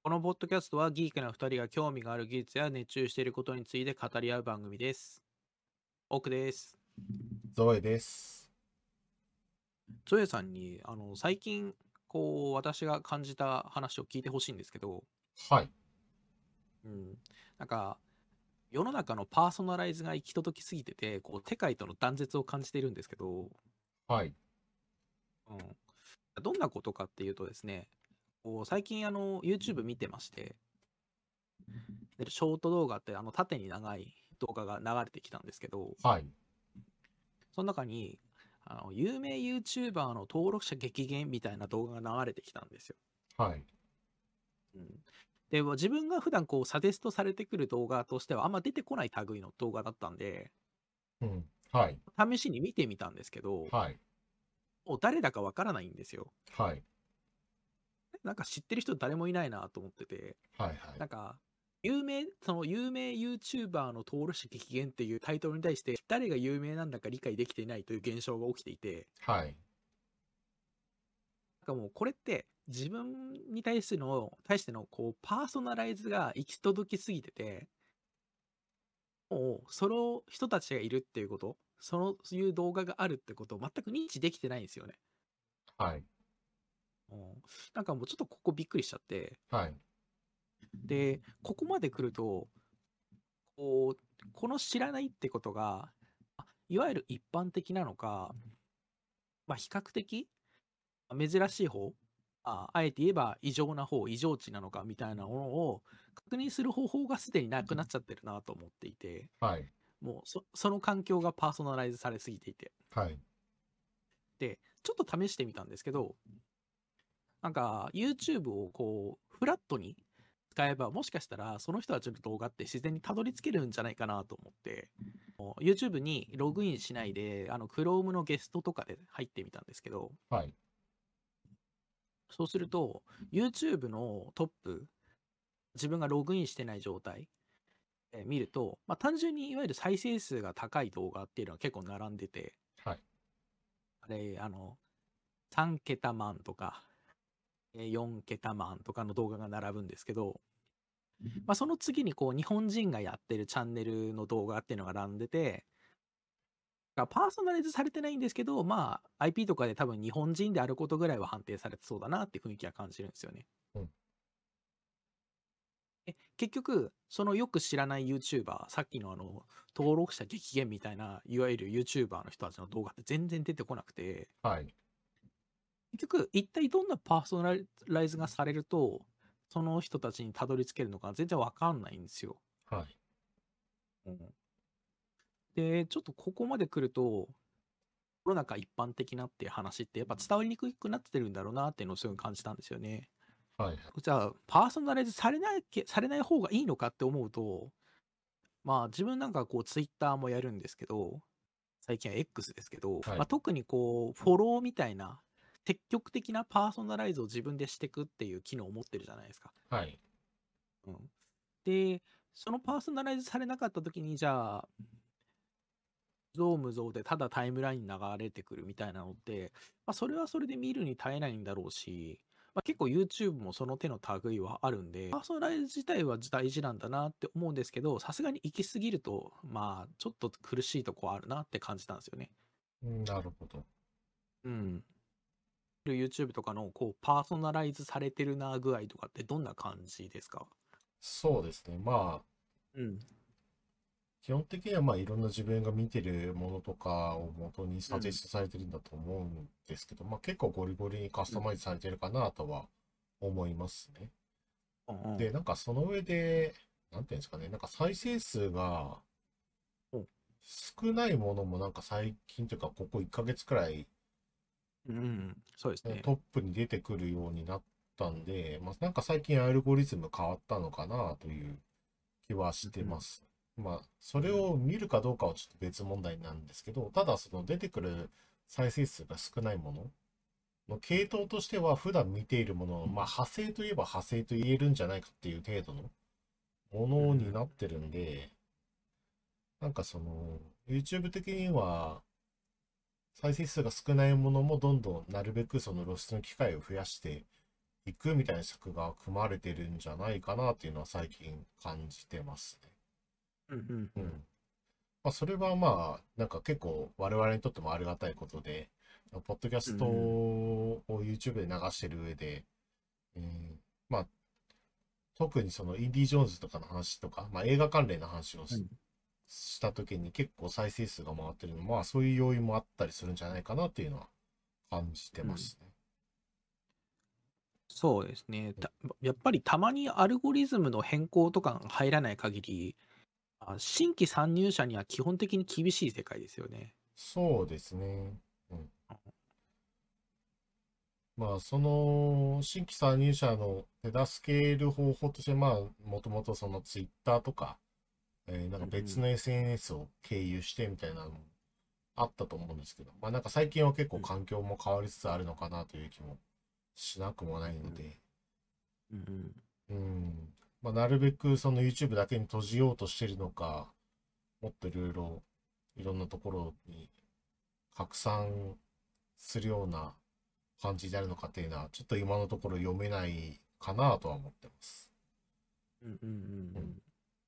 このポッドキャストはギークな2人が興味がある技術や熱中していることについて語り合う番組です。奥です。 ゾエです。 ゾエさんに最近私が感じた話を聞いてほしいんですけど、 はい。 うん、なんか世の中のパーソナライズが行き届きすぎてて、世界との断絶を感じているんですけど、 はい。 うん、どんなことかっていうとですね、最近YouTube 見てまして、でショート動画って縦に長い動画が流れてきたんですけど、 はい。 その中に、有名 YouTuber の登録者激減みたいな動画が流れてきたんですよ。 はい。 うん。で、自分が普段サジェストされてくる動画としてはあんま出てこない類の動画だったんで、 うん。はい。 試しに見てみたんですけど、 はい。 もう誰だかわからないんですよ。 はい。 なんか知ってる人誰もいないなと思ってて、 はい。はい。 なんか、その有名 YouTuber の登録者激減っていうタイトルに対して誰が有名なんだか理解できていないという現象が起きていて、 はい。 なんかもうこれって自分に対してのパーソナライズが行き届きすぎてて、もうその人たちがいるっていうこと、そういう動画があるってことを全く認知できてないんですよね。 はい。 うん、なんかもうちょっとここびっくりしちゃって、 はい。 で、ここまで来ると、この知らないってことが、いわゆる一般的なのか、比較的珍しい方、あえて言えば異常な方、異常値なのかみたいなものを確認する方法がすでになくなっちゃってるなと思っていて、 はい。 もうその環境がパーソナライズされすぎていて。 はい。 で、ちょっと試してみたんですけど、なんか YouTube をフラットに使えば、もしかしたらその人たちの動画って自然にたどり着けるんじゃないかなと思って、YouTube にログインしないで、Chrome のゲストとかで入ってみたんですけど、 はい。 そうすると、YouTube のトップ、自分がログインしてない状態で見ると、単純にいわゆる再生数が高い動画っていうのは結構並んでて、 はい。 あれ、3桁万とか、4桁万とかの動画が並ぶんですけど、その次に日本人がやってるチャンネルの動画っていうのが並んでて、パーソナライズされてないんですけど、IP とかで多分日本人であることぐらいは判定されてそうだなって雰囲気は感じるんですよね。 うん。 結局、そのよく知らない YouTuber、さっきの登録者激減みたいな、いわゆる YouTuber の人たちの動画って全然出てこなくて、 はい。 結局、一体どんなパーソナライズがされると、その人たちにたどり着けるのか全然わかんないんですよ。 はい。 うん、で、ちょっとここまで来ると、世の中一般的なっていう話ってやっぱ伝わりにくくなってるんだろうなっていうのをすごい感じたんですよね。 はい。 じゃあ、パーソナライズされない方がいいのかって思うと、自分なんかツイッターもやるんですけど、最近は X ですけど、 はい。 特にフォローみたいな、積極的なパーソナライズを自分でしていくっていう機能を持ってるじゃないですか。 はい。 うん。で、そのパーソナライズされなかった時に、じゃあ、ゾウムゾウでただタイムラインに流れてくるみたいなのって、それはそれで見るに耐えないんだろうし、結構 YouTube もその手の類はあるんで、パーソナライズ自体は大事なんだなって思うんですけど、さすがに行き過ぎると、ちょっと苦しいとこあるなって感じたんですよね。 うん。なるほど。 うん。YouTube とかのパーソナライズされてるな具合とかってどんな感じですか？ そうですね。まあ、 うん。 基本的にはまあいろんな自分が見てるものとかを元にサジェうん。 ストされてるんだと思うんですけど、まあ結構ゴリゴリにカスうん。 タマイズされてるかなとは思いますね。 うん。 で、なんかその上で、なんていうんですかね、なんか再生数がうん。 少ないものもなんか最近というか、ここ1ヶ月くらいうん。そうですね。 トップに出てくるようになったんで、まあ、なんか最近アルゴリズム変わったのかなという気はしてうん。 ます。まあ、それを見るかどうかはちょっと別問題なんですけど、ただその出てくる再生数が少ないものの系統としては普段見ているものの、まあ派生といえば派生と言えるんじゃないかっていう程度のものにうん。 なってるんで、なんかその、YouTube 的には再生数が少ないものもどんどんなるべくその露出の機会を増やしていくみたいな策が組まれてるんじゃないかなっていうのは最近感じてますね。 うんうんうん。 うん。まあ、それはまあ、なんか結構我々にとってもありがたいことで、ポッドキャストうんうん。 を YouTube で流してる上で、まあ、特にそのインディ・ジョーンズとかの話とか、まあ、映画関連の話をうんした時に結構再生数が回ってるのも、まあそういう要因もあったりするんじゃないかなっていうのは感じてうん。 ますね。 そうですね。 うん。 やっぱりたまにアルゴリズムの変更とかが入らない限り、新規参入者には基本的に厳しい世界ですよね。 そうですね。うん。まあその新規参入者の手助ける方法として、まあもともとその Twitter とか、なんかうんうん。 別の SNS を経由してみたいなのもあったと思うんですけど、まあなんか最近は結構うん環境も変わりつつあるのかなという気もしなくもないので、 うんうんうん。まあ、なるべくその YouTube だけに閉じようとしてるのか、もっといろいろ、いろんなところに拡散するような感じであるのかっていうのは、ちょっと今のところ読めないかなとは思ってます。 うんうんうんううん。 ん。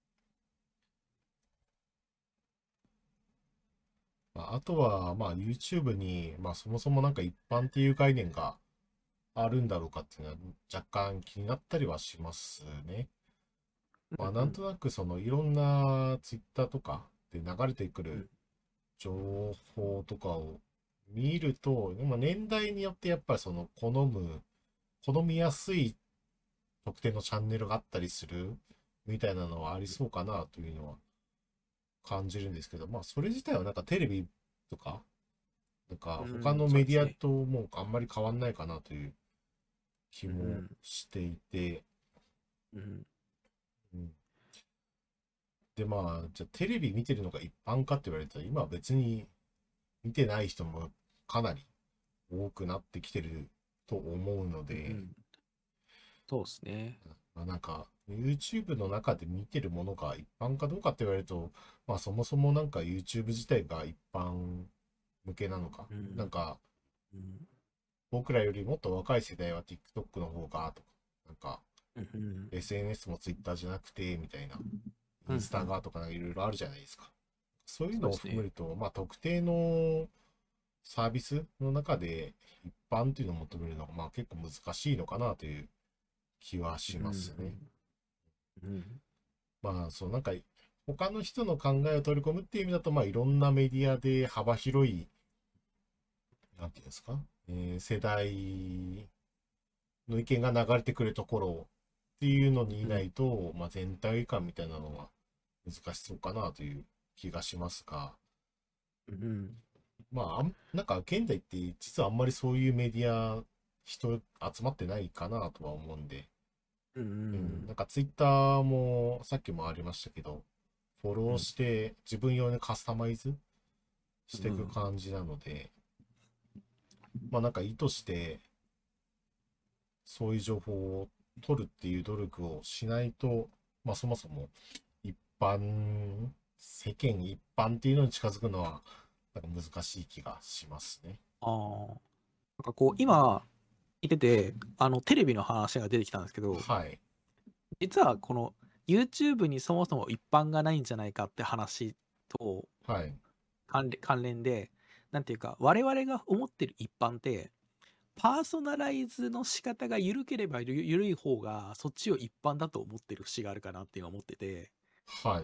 まあ、あとは、まあ YouTube に、まあそもそもなんか一般っていう概念があるんだろうかっていうのは若干気になったりはしますね。まあなんとなくそのいろんな Twitter とかで流れてくる情報とかを見ると、まあ、年代によってやっぱりその好みやすい特定のチャンネルがあったりするみたいなのはありそうかなというのは感じるんですけど、まあそれ自体はなんかテレビとか、なんか他うん、 のメディアそうですね。 ともうあんまり変わんないかなという気もうん、 していて、 うん、 うん。でまあ、じゃあテレビ見てるのが一般かって言われたら、今は別に見てない人もかなり多くなってきてると思うので、 うん、そうですね。 まあ、なんか YouTube の中で見てるものが一般かどうかって言われると、まあそもそもなんか YouTube 自体が一般向けなのか、 うん、 なんかうん、 僕らよりもっと若い世代は TikTok の方がとか、なんかうん、うん、 SNS も Twitter じゃなくてみたいな、イうん、 ンスタがとかいろいろあるじゃないですか。そういうのをそうですね。 含めると、まあ特定のサービスの中で一般っていうのを求めるのがまあ結構難しいのかなという気はうしますね。 ん、うん、 まあ、そうなんか、他の人の考えを取り込むっていう意味だと、まあ、いろんなメディアで幅広い、なんていうんですか、世代の意見が流れてくるところっていうのにいうん、 ないと、まあ、全体感みたいなのは難しそうかなという気がしますが、 うん、 まあ、なんか現代って実はあんまりそういうメディア、人集まってないかなとは思うんで、 うん、ううん、 ん、 なんかツイッターもさっきもありましたけど、フォローうん、 して自分用にカスタマイズしていくうん、 感じなので、まあなんか意図してそういう情報を取るっていう努力をしないと、まあそもそも一般、世間一般っていうのに近づくのはなんか難しい気がしますね。 ああ、なんかこう、今、聞いてて、テレビの話が出てきたんですけど、 はい。 実はこの YouTube にそもそも一般がないんじゃないかって話とはい。 関連で、なんていうか、我々が思ってる一般って、パーソナライズの仕方が緩ければ緩い方が、そっちを一般だと思ってる節があるかなって今思ってて、 はい。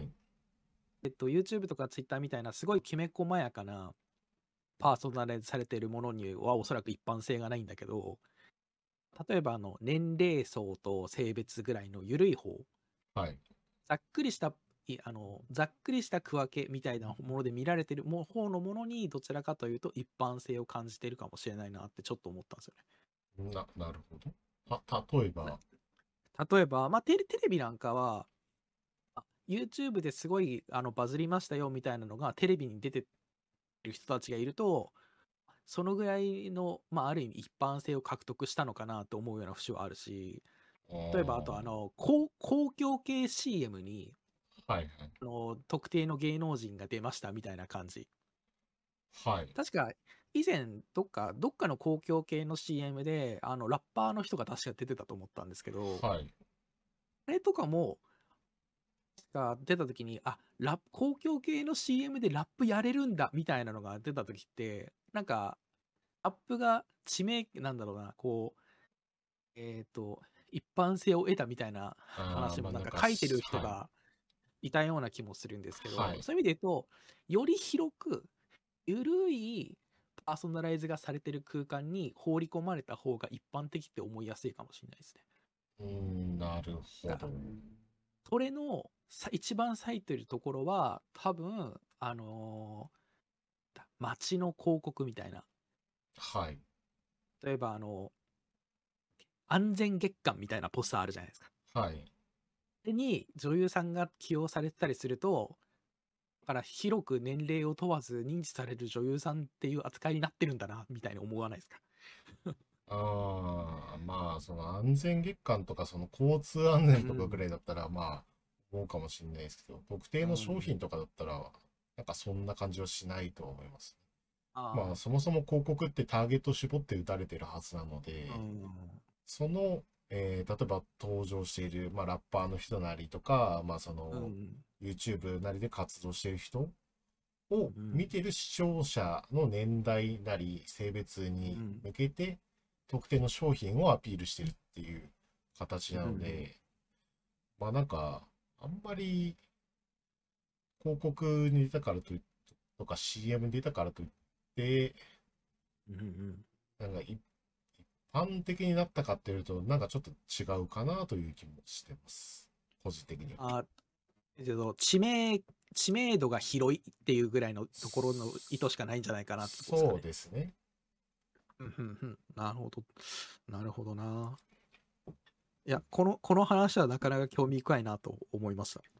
YouTube とか Twitter みたいなすごいきめ細やかなパーソナライズされているものにはおそらく一般性がないんだけど、例えば年齢層と性別ぐらいの緩い方、 はい。 ざっくりしたざっくりした区分けみたいなもので見られてる方のものにどちらかというと一般性を感じてるかもしれないなってちょっと思ったんですよなるほど。例えね。 ば、 例えば、まあ、テレビなんかは、YouTube ですごいバズりましたよみたいなのがテレビに出てる人たちがいると、そのぐらいの、まあ、ある意味一般性を獲得したのかなと思うような節はあるし、 あ例えばあとあ、 公共系 CM にはいはい。 特定の芸能人が出ましたみたいな感じ。 はい。 確か以前、どっかの公共系の CM で、ラッパーの人が確か出てたと思ったんですけど、 はい。 あれとかも、が出た時に、公共系の CM でラップやれるんだ、みたいなのが出た時って、なんか、ラップがなんだろうな、こう、一般性を得たみたいなああ、 話もなんまあなんか、 か書いてる人はい。 がいたような気もするんですけど、 はい。 そういう意味で言うと、より広く、ゆるいパーソナライズがされてる空間に放り込まれた方が一般的って思いやすいかもしれないですね。 なるほど。 それの一番咲いてるところは、多分、街の広告みたいな。 はい。 例えば、安全月間みたいなポスターあるじゃないですか。 はい。 でに女優さんが起用されてたりすると、だから広く年齢を問わず認知される女優さんっていう扱いになってるんだな、みたいに思わないですか。 ああ、まあ、その安全月間とか、その交通安全とかぐらいだったら、まあ、思うかもしれないですけど、特定うの商品ん。 とかだったら、なんかそんな感じはしないと思います。まあ、 あそもそも広告ってターゲット絞って打たれてるはずなのあ、うで、 ん。 その、例えば登場している、まあ、ラッパーの人なりとか、まあ、その、 うん。 YouTube なりで活動している人をうん。 見てる視聴者の年代なり性別にうん。 向けて特定の商品をアピールしてるっていう形なうん。 ので、まあなんか、あんまり広告に出たからとか CM に出たからといって、 うん。うん。 なんか一般的になったかっていうと、なんかちょっと違うかなという気もしてます。個人的には。 あ、知名度が広いっていうぐらいのところの意図しかないんじゃないかなってとこですかそうね。 ですね。 うんうんうん。なるほど。なるほどな。いや、この話はなかなか興味深いなと思いました。